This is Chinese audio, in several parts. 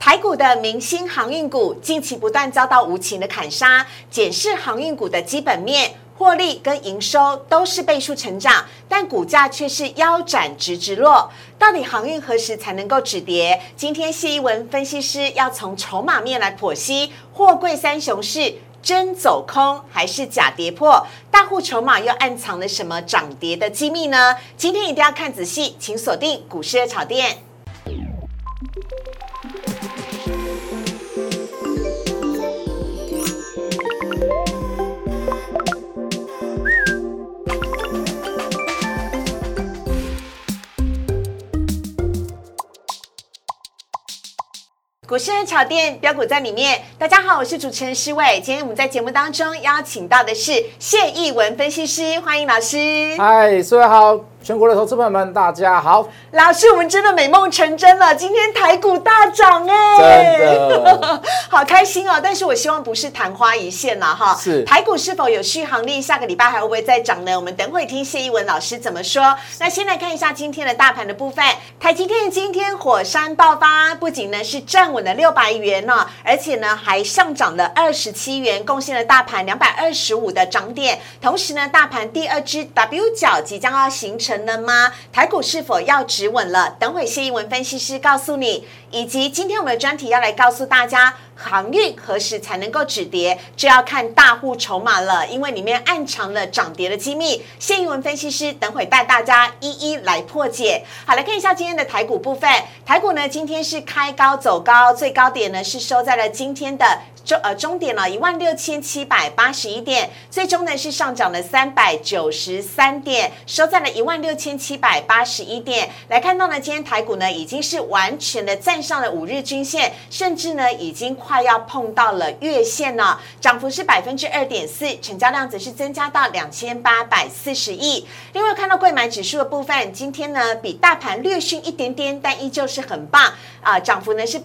台股的明星航运股近期不断遭到无情的砍杀，检视航运股的基本面。获利跟营收都是倍数成长，但股价却是腰斩直落。到底航运何时才能够止跌？今天谢一文分析师要从筹码面来剖析，货柜三雄是真走空还是假跌破？大户筹码又暗藏了什么涨跌的机密呢？今天一定要看仔细，请锁定股市的炒店。股市的炒店，标股在里面。大家好，我是主持人施伟。今天我们在节目当中邀请到的是谢一文分析师，欢迎老师。 嗨，各位好，全国的投资朋友们，大家好。 老师，我们真的美梦成真了，今天台股大涨真的好开心哦！但是我希望不是昙花一现啦哈。 是台股是否有续航力？下个礼拜还会不会再涨呢？我们等会听谢一文老师怎么说。那先来看一下今天的大盘的部分，台积电今天火山爆发，不仅呢是站稳了600元呢，而且呢还上涨了27元，贡献了大盘225的涨点。同时呢，大盘第二只 W 角即将要形成了吗？台股是否要止稳了？等会谢一文分析师告诉你。以及今天我们的专题要来告诉大家，航运何时才能够止跌，这要看大户筹码了，因为里面暗藏了涨跌的机密。谢一文分析师等会带大家一一来破解。好，来看一下今天的台股部分。台股呢今天是开高走高，最高点呢是收在了今天的终点了16781点，最终呢是上涨了393点，收在了16781点。来看到呢，今天台股呢已经是完全的站上了5日均线，甚至呢已经快要碰到了月线了，涨幅是2.4%，成交量则是增加到2840亿。另外看到柜买指数的部分，今天呢比大盘略逊一点点，但依旧是很棒涨幅呢是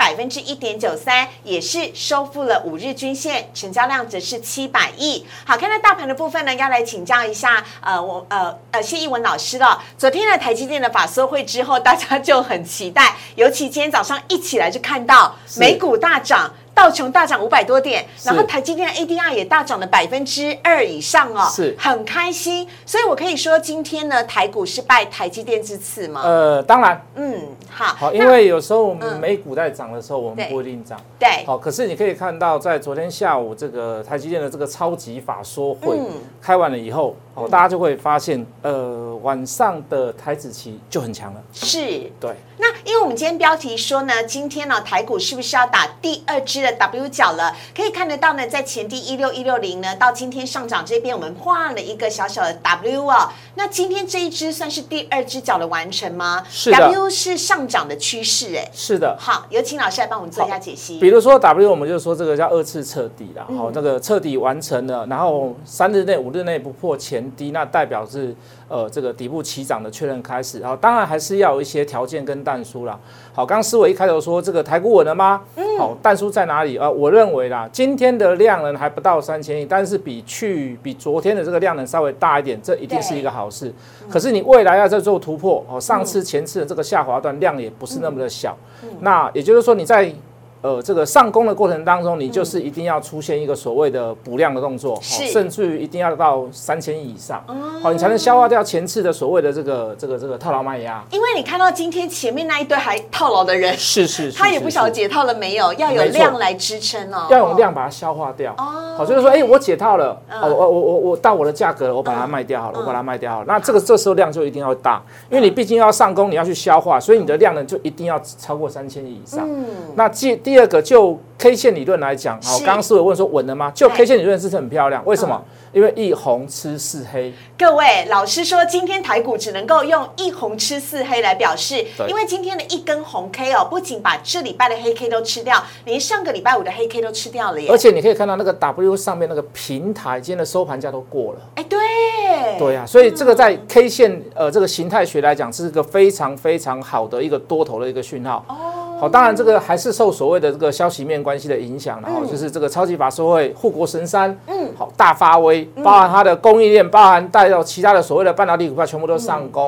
1.93%，也是收复了5日均线，成交量则是700亿。好，看到大盘的部分呢，要来请教一下谢一文老师了。昨天的台积电的法说会之后，大家就很期待，尤其今天早上一起来就看到美股大涨。道琼大涨500多点，然后台积电的 ADR 也大涨了2%以上哦， 是很开心。所以我可以说，今天呢，台股是拜台积电之赐吗？ 当然， 好， 因为有时候我们美股在涨的时候，我们不一定涨， 对， 好，可是你可以看到，在昨天下午这个台积电的这个超级法说会开完了以后，大家就会发现，晚上的台指期就很强了， 是， 对。 那因为我们今天标题说呢，今天呢台股是不是要打第二支的 W 角了？可以看得到呢，在前低16160呢，到今天上涨这边，我们画了一个小小的 W 哦。那今天这一支算是第二只角的完成吗？ 是的 ，W 是上涨的趋势， 是的。 好，有请老师来帮我们做一下解析。 比如说 W， 我们就说这个叫2次彻底啦，好，这个彻底完成了，然后3日内、5日内不破前低，那代表是这个底部起涨的确认开始。然后当然还是要有一些条件跟但书啦。好，刚刚思维一开头说这个台股稳了吗？好，但书在哪里？我认为啦，今天的量能还不到3000亿，但是比昨天的这个量能稍微大一点，这一定是一个好事。可是你未来要再做突破，上次前次的这个下滑段量也不是那么的小，那也就是说你在这个上攻的过程当中，你就是一定要出现一个所谓的补量的动作，甚至于一定要到3000亿以上，好，你才能消化掉前次的所谓的这个套牢卖压。 因为你看到今天前面那一堆还套牢的人， 是， 他也不晓得解套了没有，要有量来支撑哦， 要用量把它消化掉。好，就是说，我解套了，我到我的价格了，我把它卖掉好了，我把它卖掉好了。那这时候量就一定要大，因为你毕竟要上攻，你要去消化，所以你的量呢就一定要超过3000亿以上。那第二个就 K 线理论来讲，好，刚刚思维问说稳了吗？就 K 线理论是很漂亮，为什么？因为一红吃4黑。 各位老师说，今天台股只能够用一红吃4黑来表示，因为今天的一根红 K 不仅把这礼拜的黑 K 都吃掉，连上个礼拜5的黑 K 都吃掉了耶。 而且你可以看到那个 W 上面那个平台，今天的收盘价都过了。对啊，所以这个在 K 线这个形态学来讲，是一个非常非常好的一个多头的一个讯号。好，当然这个还是受所谓的这个消息面关系的影响，然后就是这个超级法说会护国神山，好大发威，包含它的供应链，包含带到其他的所谓的半导体股票全部都上攻。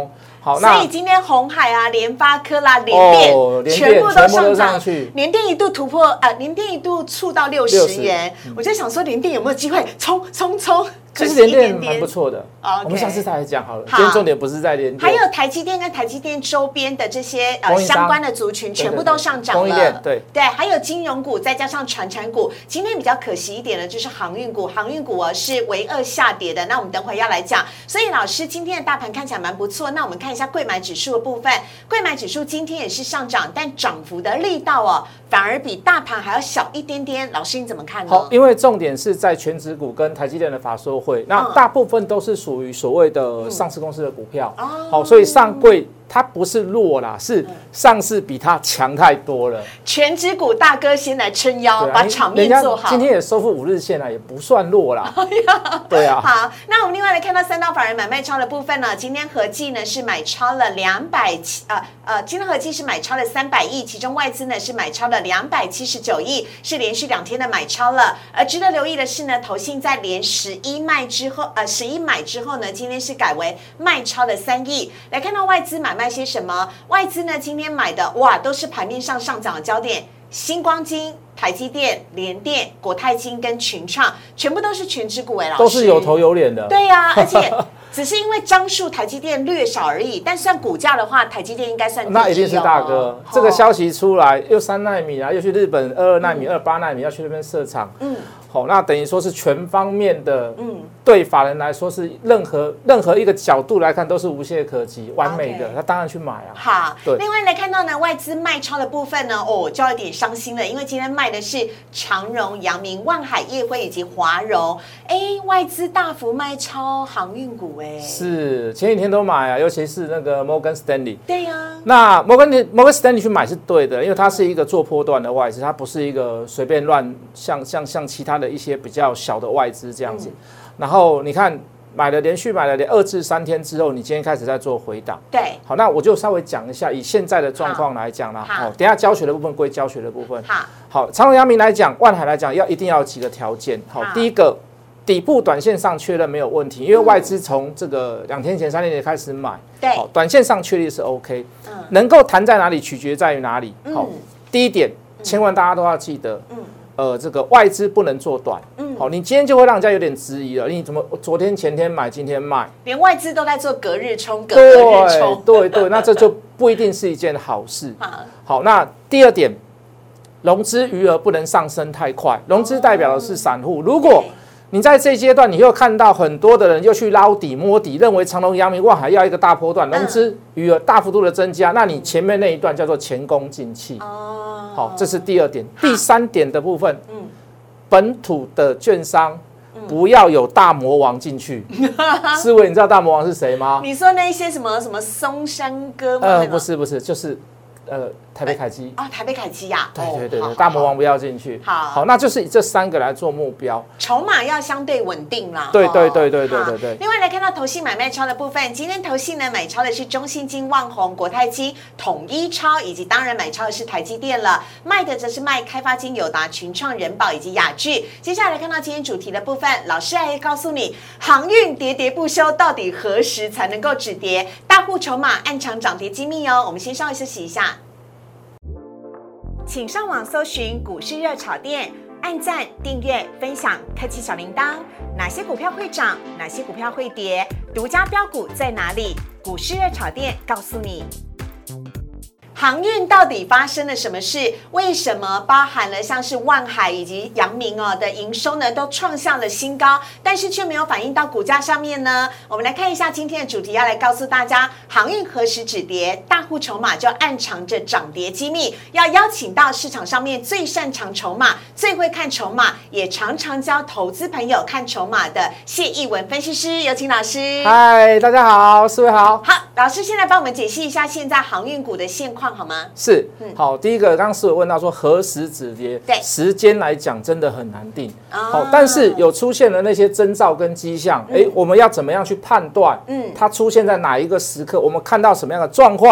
好， 所以今天鸿海啊、联发科啦、联电全部都上去，联电一度突破联电一度触到60元，我就想说联电有没有机会冲？ 其实联电蛮不错的，我们下次再来讲好了。今天重点不是在联电， 还有台积电跟台积电周边的这些相关的族群全部都上涨了。 对， 还有金融股，再加上传产股。今天比较可惜一点的就是航运股，航运股是唯二下跌的。那我们等会要来讲。所以老师今天的大盘看起来蛮不错。那我们看一下柜买指数的部分，柜买指数今天也是上涨，但涨幅的力道反而比大盘还要小一点点。老师你怎么看呢？ 好，因为重点是在全指股跟台积电的法说会，那大部分都是属于所谓的上市公司的股票，好，所以上柜它不是弱啦，是上市比它强太多了。 全指股大哥先来撑腰，把场面做好。 今天也收复5日线了，也不算弱啦。对啊。 好，那我们另外来看到3大法人买卖超的部分呢，今天合计呢是买超了今天合计是买超了300亿，其中外资呢是买超了279亿，是连续2天的买超了。而值得留意的是呢，投信在连11买之后呢，今天是改为卖超了3亿。来看到外资买卖些什么？外资呢今天买的都是盘面上涨的焦点，新光金、台积电、联电、国泰金跟群创，全部都是全指股老师， 都是有头有脸的。 对呀，而且只是因为张数台积电略少而已，但算股价的话，台积电应该算第一那一定是大哥。这个消息出来，又3奈米又去日本22奈米、28奈米要去那边设厂，好，那等于说是全方面的，对法人来说是任何一个角度来看都是无懈可击、完美的，他当然去买啊。 好，另外来看到呢，外资卖超的部分呢，就有点伤心了，因为今天卖的是长荣、阳明、万海、业辉以及华荣，外资大幅卖超航运股， 是前几天都买啊，尤其是那个 Morgan Stanley。 对呀， 那 Morgan Stanley 去买是对的，因为它是一个做波段的外资，它不是一个随便乱像其他的一些比较小的外资这样子。然后你看连续买了2至3天之后，你今天开始在做回档。 对， 好，那我就稍微讲一下，以现在的状况来讲啦。好，等一下教学的部分归教学的部分。好，长荣、阳明来讲，万海来讲，一定要有几个条件。好，第一个，底部短线上确认没有问题，因为外资从这个2天前、3天前开始买。 对， 好，短线上确立是 OK。能够弹在哪里，取决在于哪里。好，第一点，千万大家都要记得。这个外资不能做短，好，你今天就会让人家有点质疑了，你怎么昨天前天买，今天卖， 连外资都在做隔日冲，隔日冲， 对，那这就不一定是一件好事。好，那第二点，融资余额不能上升太快，融资代表的是散户，如果你在这阶段，你又看到很多的人又去捞底摸底，认为长荣、阳明、万海要一个大波段，融资余额大幅度的增加，那你前面那一段叫做前功尽弃。好，这是第二点。第三点的部分，本土的券商不要有大魔王进去。思维，你知道大魔王是谁吗？ 你说那些什么松山哥吗？ 不是，就是台北凯基台北凯基呀， 对，大魔王不要进去。好，那就是以这3个来做目标， 筹码要相对稳定啦。 对。 另外来看到投信买卖超的部分，今天投信呢买超的是中信金、旺宏、国泰金、统一超，以及当然买超的是台积电了，卖的则是卖开发金、友达、群创、人保以及雅聚。接下来看到今天主题的部分，老师来告诉你，航运喋喋不休，到底何时才能够止跌？大户筹码暗藏涨跌机密哦。我们先稍微休息一下。请上网搜寻股市热炒店，按赞、订阅、分享，开启小铃铛。哪些股票会涨？哪些股票会跌？独家标股在哪里？股市热炒店告诉你。航运到底发生了什么事？为什么包含了像是万海以及阳明的营收呢，都创下了新高，但是却没有反映到股价上面呢？我们来看一下今天的主题，要来告诉大家航运何时止跌，大户筹码就暗藏着涨跌机密。要邀请到市场上面最擅长筹码、最会看筹码，也常常教投资朋友看筹码的谢逸文分析师，有请老师。 嗨，大家好，思维好。 好，老师现在帮我们解析一下现在航运股的现况好吗？ 是，好，第一个，刚刚思维问到说何时止跌， 对， 时间来讲真的很难定，好，但是有出现了那些征兆跟迹象，我们要怎么样去判断，它出现在哪一个时刻，我们看到什么样的状况，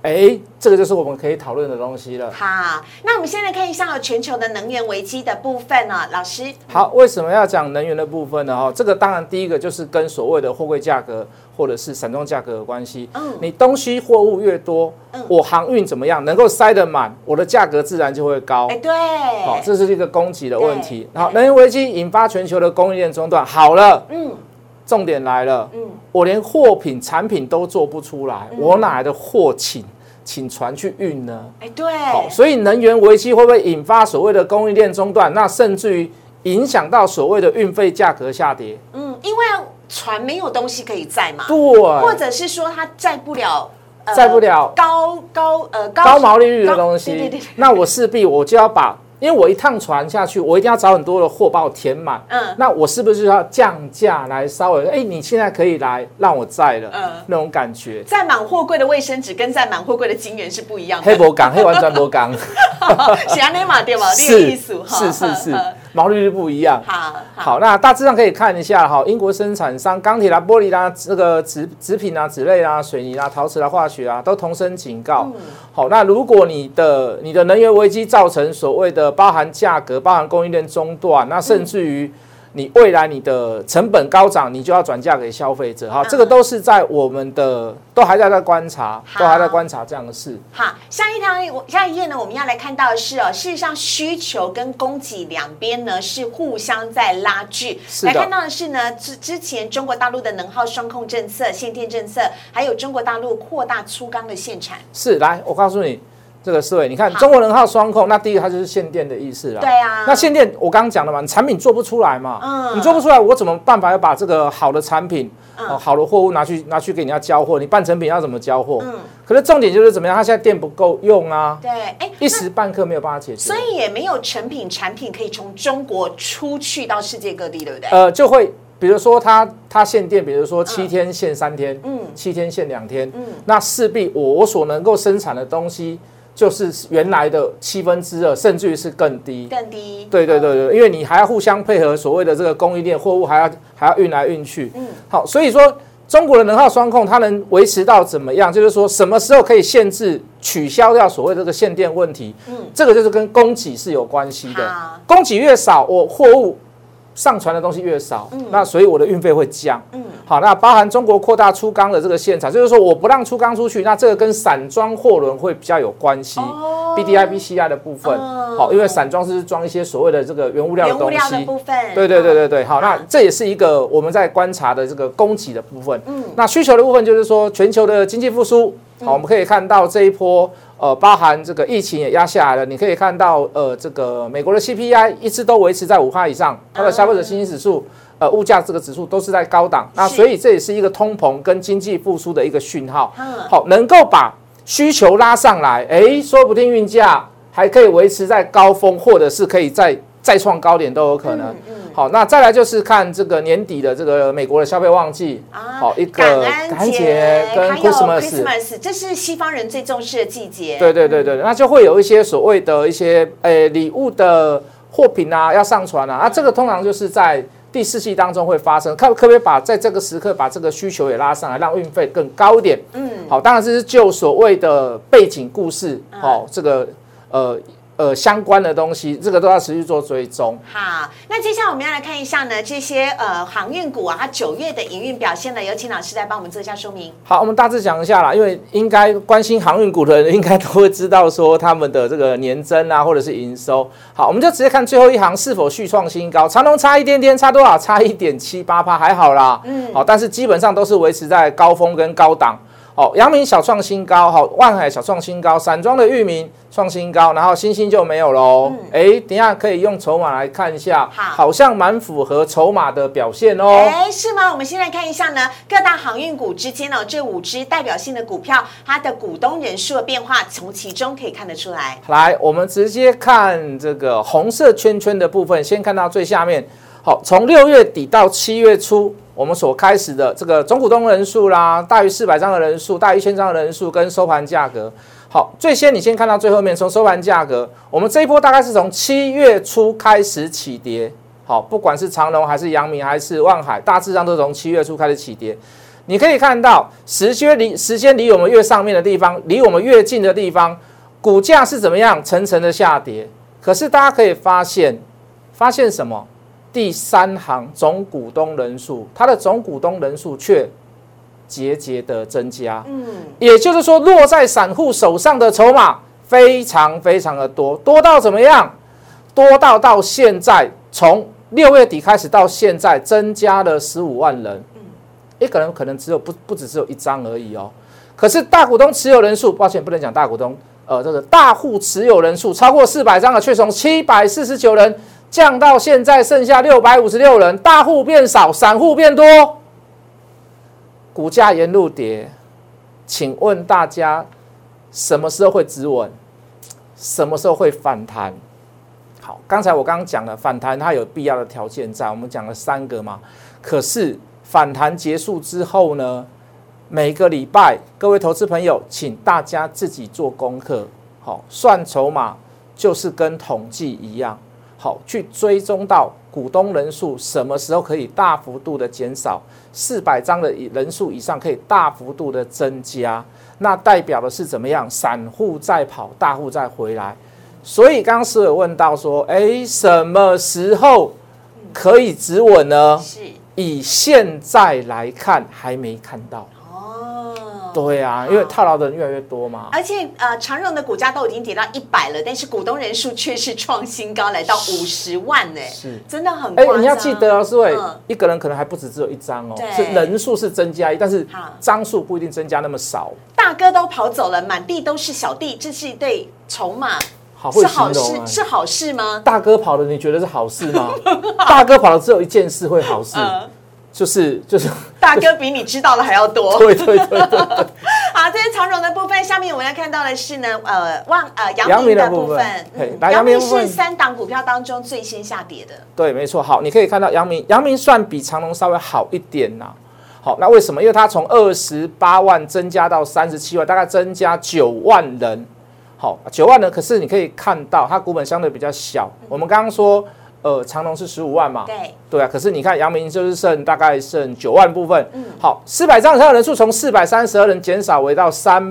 这个就是我们可以讨论的东西了。 好，那我们现在看一下全球的能源危机的部分呢，老师。 好，为什么要讲能源的部分呢？这个当然第一个就是跟所谓的货柜价格或者是散装价格有关系。你东西货物越多，我航运怎么样能够塞得满，我的价格自然就会高。 对， 好，这是一个供给的问题。好，能源危机引发全球的供应链中断。好了，重点来了，我连货品产品都做不出来，我哪来的货请船去运呢？ 对， 好，所以能源危机会不会引发所谓的供应链中断？那甚至于影响到所谓的运费价格下跌。 因为船没有东西可以载嘛， 对， 或者是说它载不了高毛利率的东西，对，那我势必我就要把。因为我一趟船下去，我一定要找很多的货把我填满。那我是不是要降价来稍微？你现在可以来让我载了，那种感觉。 载满货柜的卫生纸跟载满货柜的金元是不一样的。 黑博港，黑完全博港。 是安内嘛对吗？这个意思是，毛利率不一样。 好， 那大致上可以看一下哈，英国生产商钢铁啦、玻璃啦、这个纸品啊、纸类啦、水泥啦、陶瓷啦、化学啊，都同声警告。好，那如果你的能源危机造成所谓的包含价格、包含供应链中断，那甚至于你未来你的成本高涨，你就要转嫁给消费者。哈，这个都是在我们的都还在观察，这样的事。 好，下一页呢，我们要来看到的是事实上需求跟供给两边呢是互相在拉锯。来看到的是呢，之前中国大陆的能耗双控政策、限电政策，还有中国大陆扩大粗钢的限产。 是，来，我告诉你。这个思维，你看中国能耗双控，那第一个它就是限电的意思啦。 对啊。 那限电我刚刚讲了嘛，你产品做不出来嘛，你做不出来，我怎么办法要把这个好的产品、好的货物拿去给人家交货？你半成品要怎么交货？可是重点就是怎么样？它现在电不够用啊。 对， 一时半刻没有办法解决。 所以也没有成品产品可以从中国出去到世界各地，对不对？ 就会。比如说它限电，比如说7天限3天，7天限2天，那势必我所能够生产的东西就是原来的2/7，甚至于是更低。对，因为你还要互相配合所谓的这个供应链，货物还要运来运去。好，所以说中国的能耗双控它能维持到怎么样？就是说什么时候可以限制取消掉所谓的这个限电问题？这个就是跟供给是有关系的。供给越少，我货物上传的东西越少，那所以我的运费会降。好，那包含中国扩大粗钢的这个限产，就是说我不让粗钢出去，那这个跟散装货轮会比较有关系。BDI、BCI 的部分，好，因为散装是装一些所谓的这个原物料的东西。对。好，那这也是一个我们在观察的这个供给的部分。那需求的部分就是说全球的经济复苏。好，我们可以看到这一波。包含这个疫情也压下来了，你可以看到，这个美国的 CPI 一直都维持在5%以上，它的消费者信心指数，物价这个指数都是在高档，那所以这也是一个通膨跟经济复苏的一个讯号。好，能够把需求拉上来，说不定运价还可以维持在高峰，或者是可以再创高点都有可能。好，那再来就是看这个年底的这个美国的消费旺季，好，一个感恩节跟 Christmas， 这是西方人最重视的季节。 对，那就会有一些所谓的一些礼物的货品啊要上传啊，这个通常就是在第4季当中会发生，可不可以把在这个时刻把这个需求也拉上来，让运费更高一点？好，当然这是就所谓的背景故事，好，这个相关的东西，这个都要持续做追踪。 好，那接下来我们要来看一下呢，这些航运股啊，它9月的营运表现呢，有请老师来帮我们做一下说明。 好，我们大致讲一下啦，因为应该关心航运股的人，应该都会知道说他们的这个年增啊，或者是营收。好，我们就直接看最后一行是否续创新高。长荣差一点点，差多少？差1.78%，还好啦。好，但是基本上都是维持在高峰跟高档。好，阳明小创新高，好，万海小创新高，散装的裕民创新高，然后新兴就没有喽。等一下可以用筹码来看一下，好像蛮符合筹码的表现哦。 是吗？我们先来看一下呢，各大航运股之间呢，这5只代表性的股票，它的股东人数的变化，从其中可以看得出来。 来，我们直接看这个红色圈圈的部分，先看到最下面。好，从6月底到7月初，我们所开始的这个总股东人数啦，大于400张的人数，大于1000张的人数跟收盘价格。好，最先你先看到最后面，从收盘价格，我们这一波大概是从7月初开始起跌。好，不管是长荣还是阳明还是万海，大致上都从7月初开始起跌。 你可以看到时间离我们越上面的地方，离我们越近的地方，股价是怎么样层层的下跌。可是大家可以发现什么？第三行总股东人数，它的总股东人数却节节的增加。也就是说，落在散户手上的筹码非常非常的多，多到怎么样？多到现在，从6月底开始到现在，增加了15万人。一个人可能不只有一张而已哦。可是大股东持有人数，抱歉不能讲大股东，这个大户持有人数超过400张的，却从749人降到现在剩下656人，大户变少，散户变多，股价沿路跌。请问大家，什么时候会止稳？什么时候会反弹？好，刚才我刚刚讲了，反弹它有必要的条件在，我们讲了3个嘛。可是反弹结束之后呢，每个礼拜各位投资朋友，请大家自己做功课。好，算筹码就是跟统计一样，好，去追踪到股东人数什么时候可以大幅度的减少，400张的人数以上可以大幅度的增加，那代表的是怎么样？散户在跑，大户再回来。所以刚刚是有问到说，什么时候可以止稳呢？ 是。 以现在来看，还没看到。对啊，因为套牢的人越来越多嘛。 而且长荣的股价都已经跌到100了，但是股东人数却是创新高，来到50万呢，是真的很夸张。 你要记得哦，是会一个人可能还不只有一张哦，是人数是增加，但是张数不一定增加那么少。 大哥都跑走了，满地都是小弟，这是一对筹码。 是好事， 是好事吗？ 大哥跑了，你觉得是好事吗？大哥跑了只有一件事会好事，就是大哥比你知道的还要多。 对。 好，这是长荣的部分，下面我们要看到的是呢，阳明的部分。阳明是3档股票当中最先下跌的。 对，没错。好，你可以看到阳明算比长荣稍微好一点呐。好，那为什么？因为它从28万增加到37万，大概增加9万人。好，9万人，可是你可以看到它股本相对比较小。我们刚刚说，长荣是15万嘛，对啊。可是你看阳明就是大概剩9万部分。好，400张以上的人数从432人减少为到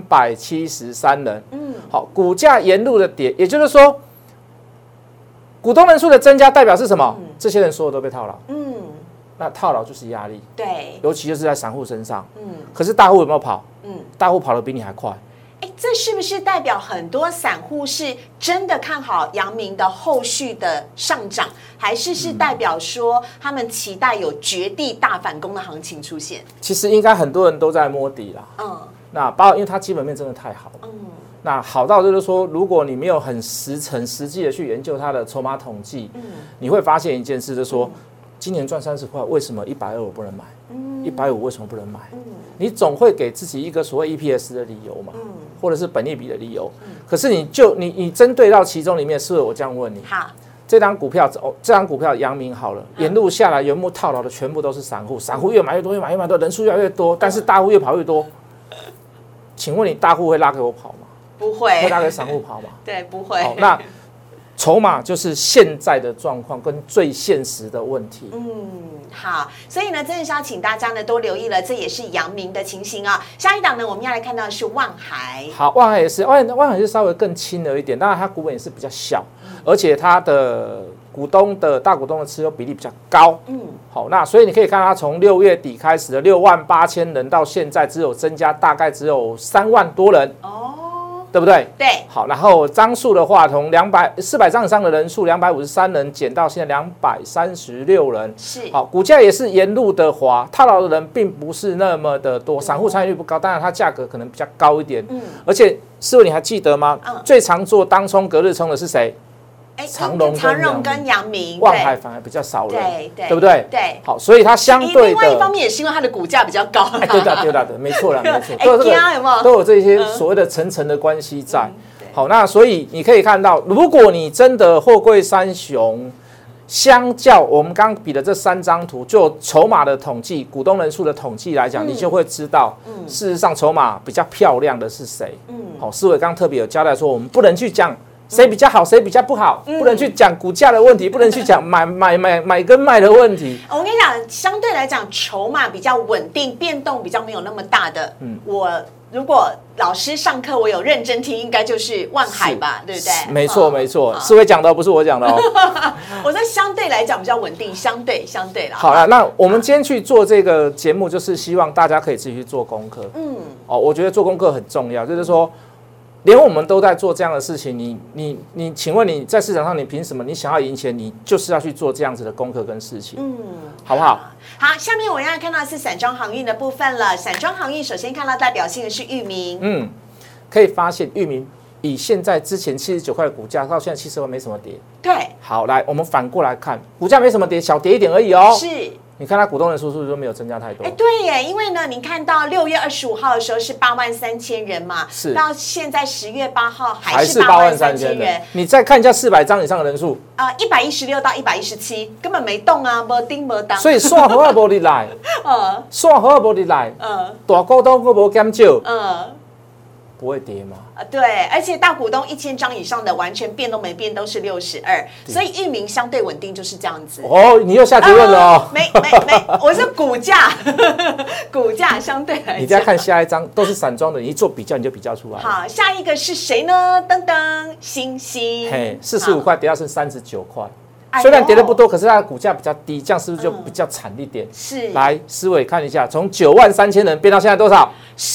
373人。好，股价沿路的跌，也就是说，股东人数的增加代表是什么？这些人所有都被套牢。那套牢就是压力。对，尤其就是在散户身上。可是大户有没有跑？大户跑得比你还快。 这是不是代表很多散户是真的看好阳明的后续的上涨，还是代表说他们期待有绝地大反攻的行情出现？ 其实应该很多人都在摸底啦。那因为它基本面真的太好了。那好到就是说，如果你没有很实际的去研究它的筹码统计，你会发现一件事，就是说，今年赚30块，为什么120我不能买？150为什么不能买？你总会给自己一个所谓 EPS 的理由嘛，或者是本益比的理由。可是你针对到其中里面，是不是我这样问你？好，这张股票阳明好了，沿路下来原木套牢的全部都是散户，散户越买越多，越买越多，人数越来越多，但是大户越跑越多。请问你大户会拉给我跑吗？ 不会。 会拉给散户跑吗？ 对，不会。 好，那筹码就是现在的状况跟最现实的问题。 好，所以呢，真的是要请大家呢多留意了，这也是阳明的情形啊。下一档呢，我们要来看到的是万海。好， 万海也是，万海是稍微更轻了一点，当然它股本也是比较小，而且它的大股东的持有比例比较高。好，那所以你可以看它从6月底开始的6万8千人，到现在增加大概只有3万多人。对不对？ 对。 好，然后张数的话，从400张以上的人数253人减到现在236人。是。好，股价也是沿路的滑，套牢的人并不是那么的多，散户参与率不高，当然它价格可能比较高一点。而且师傅你还记得吗？最常做当冲隔日冲的是谁？ 长荣跟阳明， 万海反而比较少人，对不对？ 对。 好，所以它相对的， 另外一方面也是因为它的股价比较高。 对的，没错啦，没错。都有这些所谓的层层的关系在。好，那所以你可以看到，如果你真的货柜三雄，相较我们刚比的这3张图，就筹码的统计、股东人数的统计来讲，你就会知道，事实上筹码比较漂亮的是谁。好，思维刚特别有交代说，我们不能去讲谁比较好，谁比较不好，不能去讲股价的问题，不能去讲买跟卖的问题。 我跟你讲，相对来讲，筹码比较稳定，变动比较没有那么大的。我如果老师上课我有认真听，应该就是万海吧，对不对？ 没错没错，思维讲的不是我讲的哦。 我说相对来讲比较稳定，相对啦。 好了，那我们今天去做这个节目，就是希望大家可以自己去做功课。我觉得做功课很重要，就是说。连我们都在做这样的事情，你，请问你在市场上，你凭什么？你想要赢钱，你就是要去做这样子的功课跟事情，好不好？ 好，下面我要看到的是散装航运的部分了。散装航运首先看到代表性的是裕民， 可以发现裕民以现在之前79块的股价到现在70块没什么跌， 对。 好，来我们反过来看，股价没什么跌，小跌一点而已哦。 是。 你看它股东人数是不是都没有增加太多？ 对耶，因为呢，你看到6月25号的时候是83000人嘛， 是到现在10月8号还是83000人。 你再看一下400张以上的人数 ，116到117根本没动啊，没叮没当。 所以算好也无你来，算好也无你来，大股东我无减少，不会跌吗？ 对，而且大股东1000张以上的完全变都没变，都是62，所以裕民相对稳定就是这样子。 哦，你又下结论了哦。 没，我是股价，股价相对来讲。 你再看下一张，都是散装的，你一做比较你就比较出来。 好，下一个是谁呢？噔噔，星星。 嘿，45块跌到剩39块。虽然跌的不多，可是它的股价比较低，这样是不是就比较惨一点？ 是。 来，思维看一下，从93000人变到现在多少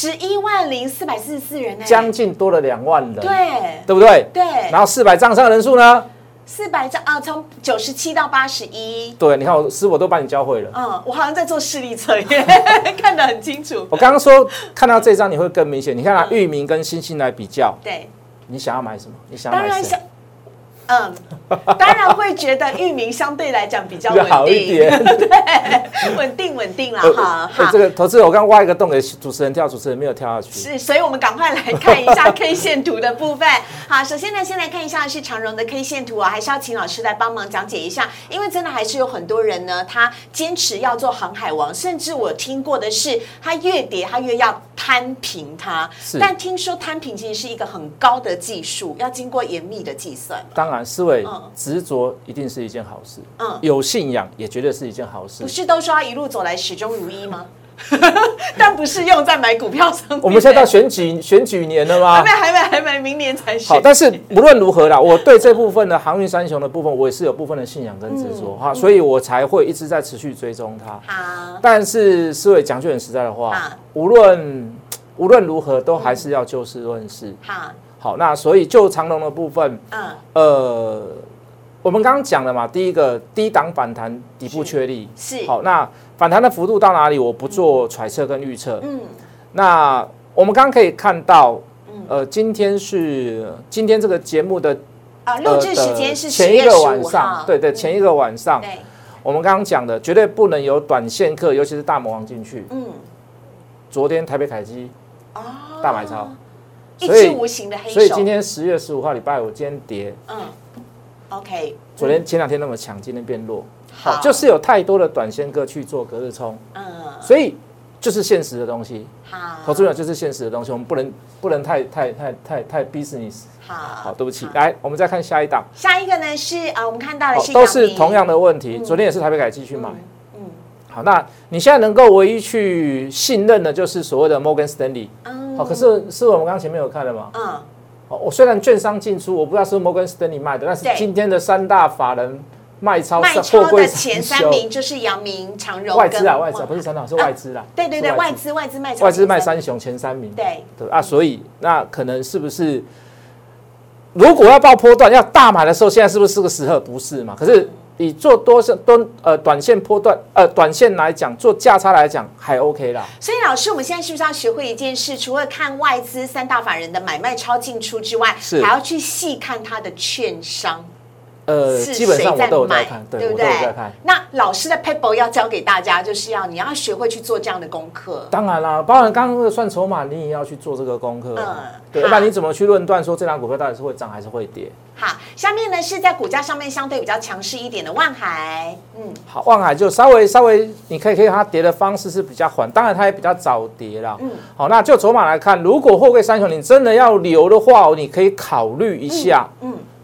？110444人呢， 将近多了2万人， 对不对？ 对。 然后400张以上的人数呢 ？400张啊，从97到81。 对，你看我都帮你教会了。 我好像在做视力测验，看得很清楚。 我刚刚说看到这张你会更明显，你看裕民跟星星来比较， 对， 你想要买什么？你想要买谁？ 当然会觉得裕民相对来讲比较稳定一点， 对，稳定啦， 哈。这个投资人，我刚挖一个洞给主持人跳，主持人没有跳下去。 是，所以我们赶快来看一下 K 线图的部分。好，首先呢，先来看一下是长荣的 K 线图啊，还是要请老师来帮忙讲解一下，因为真的还是有很多人呢，他坚持要做航海王，甚至我听过的是，他越跌他越要摊平它。但听说摊平其实是一个很高的技术，要经过严密的计算。 当然。思维执着一定是一件好事，有信仰也绝对是一件好事。 不是都说要一路走来始终如一吗？但不是用在买股票上面。 我们现在到选举年了吗？ 还没，明年才选。 好，但是无论如何啦，我对这部分的航运三雄的部分，我也是有部分的信仰跟执着哈，所以我才会一直在持续追踪它。 好， 但是思维讲句很实在的话，无论如何，都还是要就事论事。好，那所以就长荣的部分，我们刚刚讲了嘛，第一个低档反弹底部确立， 是好，那反弹的幅度到哪里，我不做揣测跟预测。那我们刚刚可以看到，今天这个节目的录制时间是前一个晚上，对，前一个晚上，我们刚刚讲的绝对不能有短线客，尤其是大魔王进去。昨天台北凯基大买超。 一只无形的黑手， 所以今天10月15号礼拜五，今天跌 ，OK， 昨天前2天那么强，今天变弱，好，就是有太多的短线客去做隔日冲，所以就是现实的东西，投资人就是现实的东西，我们不能太 business， 好，对不起，来，我们再看下一档， 下一个呢是我们看到的是都是同样的问题，昨天也是台北凯基去买，好，那你现在能够唯一去信任的就是所谓的 Morgan Stanley。好，可是我们刚刚前面有看了吗？我虽然券商进出，我不知道是 Morgan Stanley 卖的，但是今天的3大法人卖超的前3名就是阳明、长荣、 外资啊，不是3大，是外资啦。 对，外资卖超， 外资卖3雄前3名。 对啊，所以那可能是不是，如果要报波段要大买的时候，现在是不是个时候？不是嘛？可是。以做短线波段短线来讲，做价差来讲还 OK 啦。 所以老师，我们现在是不是要学会一件事？除了看外资3大法人的买卖超进出之外，还要去细看他的券商。 基本上我都有在看， 对不对？那老师的 paper 要教给大家，就是你要学会去做这样的功课。 当然啦，包含刚刚那个算筹码，你也要去做这个功课。对，要不然你怎么去论断说这档股票到底是会涨还是会跌？ 好，下面呢是在股价上面相对比较强势一点的万海。 好，万海就稍微，你可以看它跌的方式是比较缓，当然它也比较早跌啦。好，那就筹码来看，如果货柜三雄你真的要留的话，你可以考虑一下。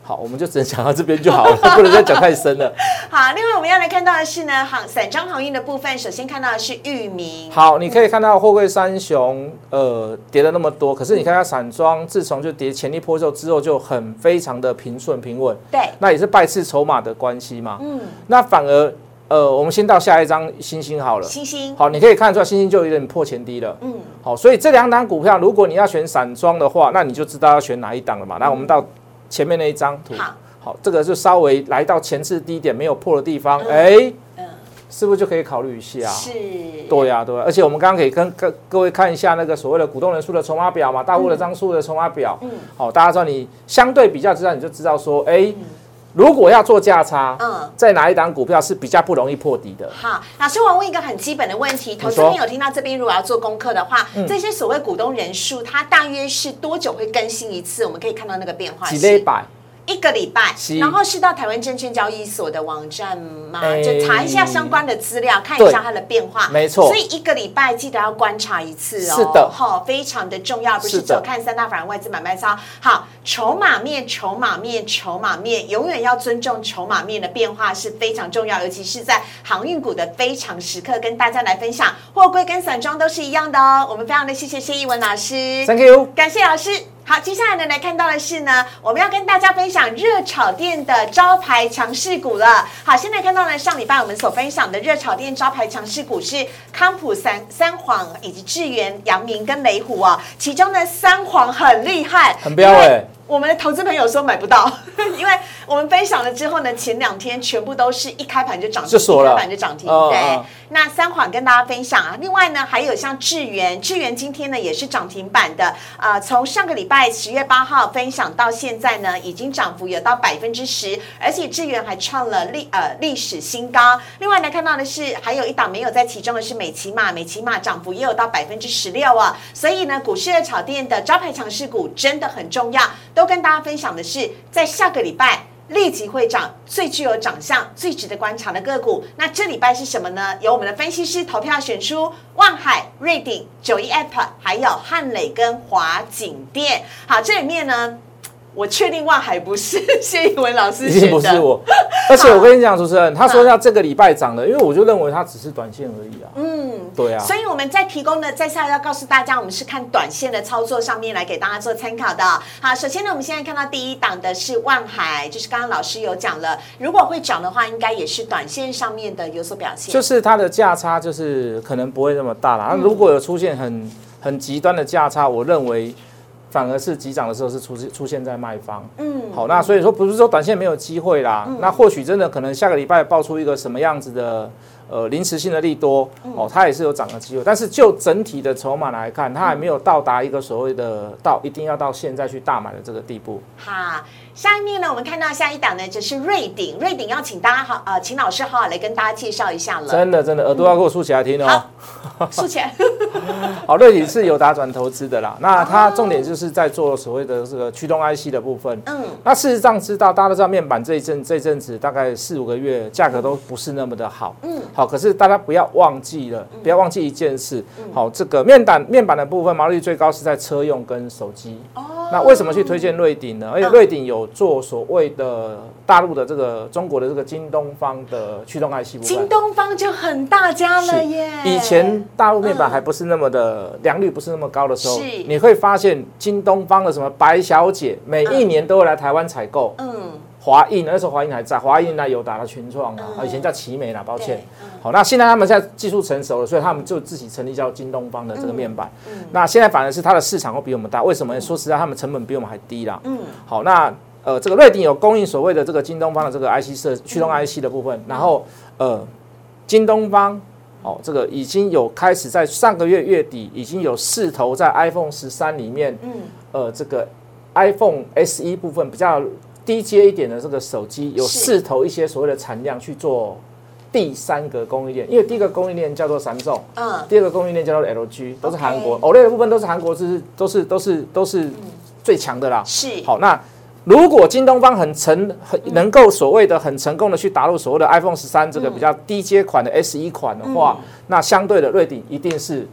好，我们就只能讲到这边就好了，不能再讲太深了。 好，另外我们要来看到的是呢，散装航运的部分，首先看到的是裕民。 好，你可以看到货柜三雄跌了那么多，可是你看它散装自从就跌前一波之后就非常的平顺平稳。 对， 那也是拜次筹码的关系嘛。那反而我们先到下一张星星好了。 星星， 好，你可以看出来星星就有点破前低了。好，所以这2档股票，如果你要选散装的话，那你就知道要选哪一档了嘛。那我们到前面那一张图，好，这个就稍微来到前次低点没有破的地方，是不是就可以考虑一下？ 是， 对呀，对。而且我们刚刚可以跟各位看一下那个所谓的股东人数的筹码表嘛，大户的张数的筹码表。好，大家知道你相对比较之下，你就知道说，如果要做价差，在哪一档股票是比较不容易破底的？ 好，老师，我问一个很基本的问题，投资朋友听到这边，如果要做功课的话，这些所谓股东人数，它大约是多久会更新一次？我们可以看到那个变化。 几礼拜。 1个礼拜，然后是到台湾证券交易所的网站吗？就查一下相关的资料，看一下它的变化。 没错， 所以1个礼拜记得要观察一次哦。 是的， 好，非常的重要，不是只有看3大法人外资买卖超。好，筹码面，永远要尊重筹码面的变化是非常重要，尤其是在航运股的非常时刻，跟大家来分享。货柜跟散装都是一样的哦。我们非常的谢谢谢逸文老师 ，Thank you， 感谢老师。好，接下来呢，来看到的是呢，我们要跟大家分享热炒店的招牌强势股了。好，现在看到呢，上礼拜我们所分享的热炒店招牌强势股是康普、三晃以及智原、阳明跟雷虎哦。其中呢，三晃很厉害， 很彪我们的投资朋友说买不到，因为我们分享了之后呢，前2天全部都是一开盘就涨停，一开盘就涨停。对，那三晃跟大家分享啊。另外呢，还有像智原今天呢也是涨停板的，从上个礼拜10月8号分享到现在呢，已经涨幅有到10%，而且智原还创了历史新高。另外呢，看到的是还有一档没有在其中的是美骑马涨幅也有到16%啊。所以呢，股市热炒店的招牌强势股真的很重要。都跟大家分享的是，在下个礼拜立即会涨、最具有长相、最值得观察的个股。那这礼拜是什么呢？由我们的分析师投票选出万海、瑞鼎、91App， 还有汉磊跟华景电。好，这里面呢，我确定万海不是谢逸文老师选的， 已经不是我。而且我跟你讲，主持人，他说要这个礼拜涨的，因为我就认为它只是短线而已啊。对啊。所以我们在提供的再下来要告诉大家，我们是看短线的操作上面来给大家做参考的。好，首先呢，我们现在看到第一档的是万海，就是刚刚老师有讲了，如果会涨的话，应该也是短线上面的有所表现。 就是它的价差就是可能不会那么大啦。如果有出现很极端的价差，我认为反而是急涨的时候是出现在卖方。好，那所以说不是说短线没有机会啦。那或许真的可能下个礼拜爆出一个什么样子的临时性的利多，它也是有涨的机会。但是就整体的筹码来看，它还没有到达一个所谓的一定要到现在去大买的这个地步。 好，下面呢，我们看到下一档呢，就是瑞鼎。瑞鼎要请大家请老师好好来跟大家介绍一下了。 真的，耳朵要给我竖起来听哦。 好，竖起来。 好，瑞鼎是友达转投资的啦。那它重点就是在做所谓的这个驱动 IC 的部分。那事实上大家都知道面板这一阵子大概4-5个月价格都不是那么的好。好，可是大家不要忘记一件事。好，这个面板的部分毛利率最高是在车用跟手机。那为什么去推荐瑞鼎呢？而且瑞鼎有做所谓的大陆的这个中国的这个京东方的驱动 IC 部分。 京东方就很大家了耶。 以前大陆面板还不是那么的良率不是那么高的时候，你会发现京东方的什么白小姐每一年都会来台湾采购。华映那时候华映还在，华映友达的群创以前叫奇美啦，抱歉。好，那现在他们现在技术成熟了，所以他们就自己成立叫京东方的这个面板。那现在反而是它的市场会比我们大，为什么？说实在，他们成本比我们还低啦。好，那这个瑞鼎有供应所谓的这个京东方的这个 IC 驱动 IC 的部分，然后京东方这个已经有开始在上个月月底已经有势头在 iPhone 13里面，这个 iPhone SE 部分比较低阶一点的这个手机有势头一些所谓的产量去做第3个供应链，因为第一个供应链叫做三众，第2个供应链叫做 LG， 都是韩国，OLED 的部分都是韩国，都是最强的啦。是，好，那如果京东方能够所谓的很成功的去打入所谓的 iPhone 13这个比较低阶款的SE 款的话，那相对的瑞鼎一定是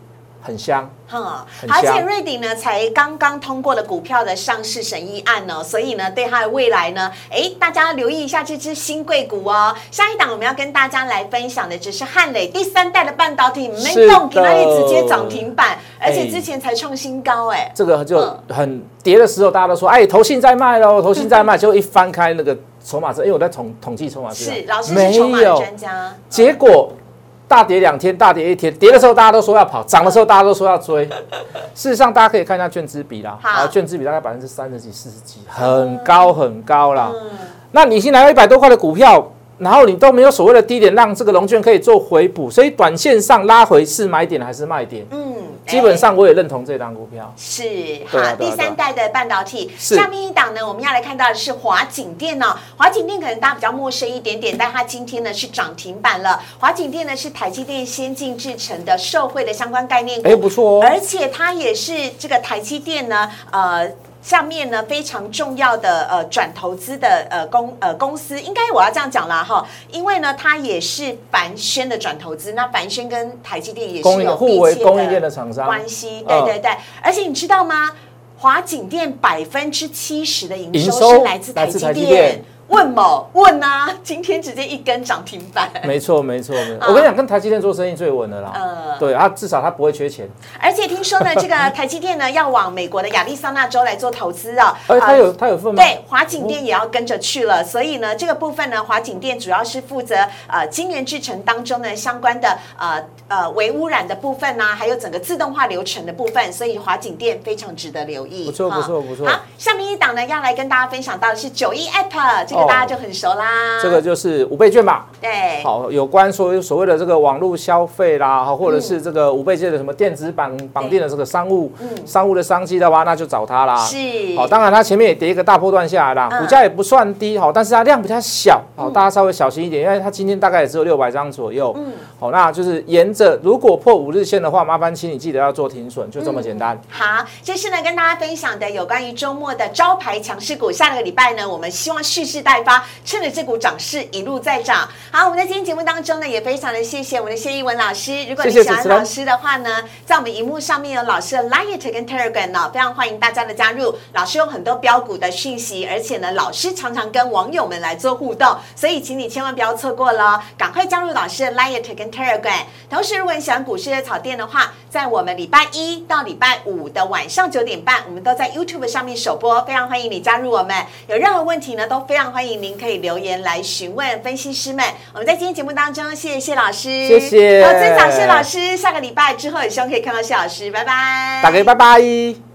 很香。 而且瑞鼎呢才刚刚通过了股票的上市审议案呢，所以呢对它的未来呢，大家留意一下这只新贵股哦。下一档我们要跟大家来分享的只是汉磊第3代的半导体，没动，给它直接涨停板，而且之前才创新高这个就很跌的时候，大家都说投信在卖喽，投信在卖，就一翻开那个筹码因为我在统计筹码是老师是筹码的专家， 结果。大跌2天，大跌1天，跌的时候大家都说要跑，涨的时候大家都说要追。事实上，大家可以看一下券资比啦，券资比大概30几、40几，很高很高啦。那你已经来了100多块的股票，然后你都没有所谓的低点，让这个融券可以做回补，所以短线上拉回是买点还是卖点？基本上我也认同这档股票。 是好，第3代的半导体。下面一档呢，我们要来看到的是华景电哦。华景电可能大家比较陌生一点点，但它今天呢是涨停板了。华景电呢是台积电先进制程的受惠的相关概念股， 不错哦。 而且它也是这个台积电呢，下面呢非常重要的转投资的公司，应该我要这样讲啦哈，因为呢它也是凡轩的转投资，那凡轩跟台积电也是有互为供应链的厂商关系，对，而且你知道吗？华景电70%的营收是来自台积电。问啊，今天直接一根涨停板。 没错。我跟你讲，跟台积电做生意最稳的啦。对，至少它不会缺钱。 而且听说呢，这个台积电呢要往美国的亚利桑那州来做投资啊。 它有份吗？ 对，华景电也要跟着去了。所以呢，这个部分呢，华景电主要是负责晶圆制程当中呢相关的微污染的部分啊，还有整个自动化流程的部分。所以华景电非常值得留意。 不错。 好，下面一档呢要来跟大家分享到的是91 App。这个大家就很熟啦， 这个就是5倍券吧？ 对， 好，有关所谓的这个网络消费啦，或者是这个5倍券的什么电子绑定的这个商务的商机的话，那就找它啦。 是， 好，当然它前面也跌一个大波段下来啦，股价也不算低，好，但是它量比较小，好，大家稍微小心一点，因为它今天大概也只有600张左右，好，那就是沿着如果破5日线的话，麻烦请你记得要做停损，就这么简单。 好，这是呢跟大家分享的有关于周末的招牌强势股，下个礼拜呢，我们希望蓄势待发，趁着这股涨势一路再涨。好，我们在今天节目当中呢，也非常的谢谢我们的谢逸文老师。如果你喜欢老师的话呢，在我们荧幕上面有老师的 Line 跟 Telegram 呢，非常欢迎大家的加入。老师有很多标股的讯息，而且呢，老师常常跟网友们来做互动，所以请你千万不要错过了，赶快加入老师的 Line 跟 Telegram。同时，如果你喜欢股市的草甸的话，在我们礼拜1到礼拜5的晚上9点半，我们都在 YouTube 上面首播，非常欢迎你加入我们。有任何问题呢，都非常欢迎您可以留言来询问分析师们。我们在今天节目当中，谢谢谢老师， 谢谢。 好，最早谢老师，下个礼拜之后，也希望可以看到谢老师，拜拜， 大家拜拜。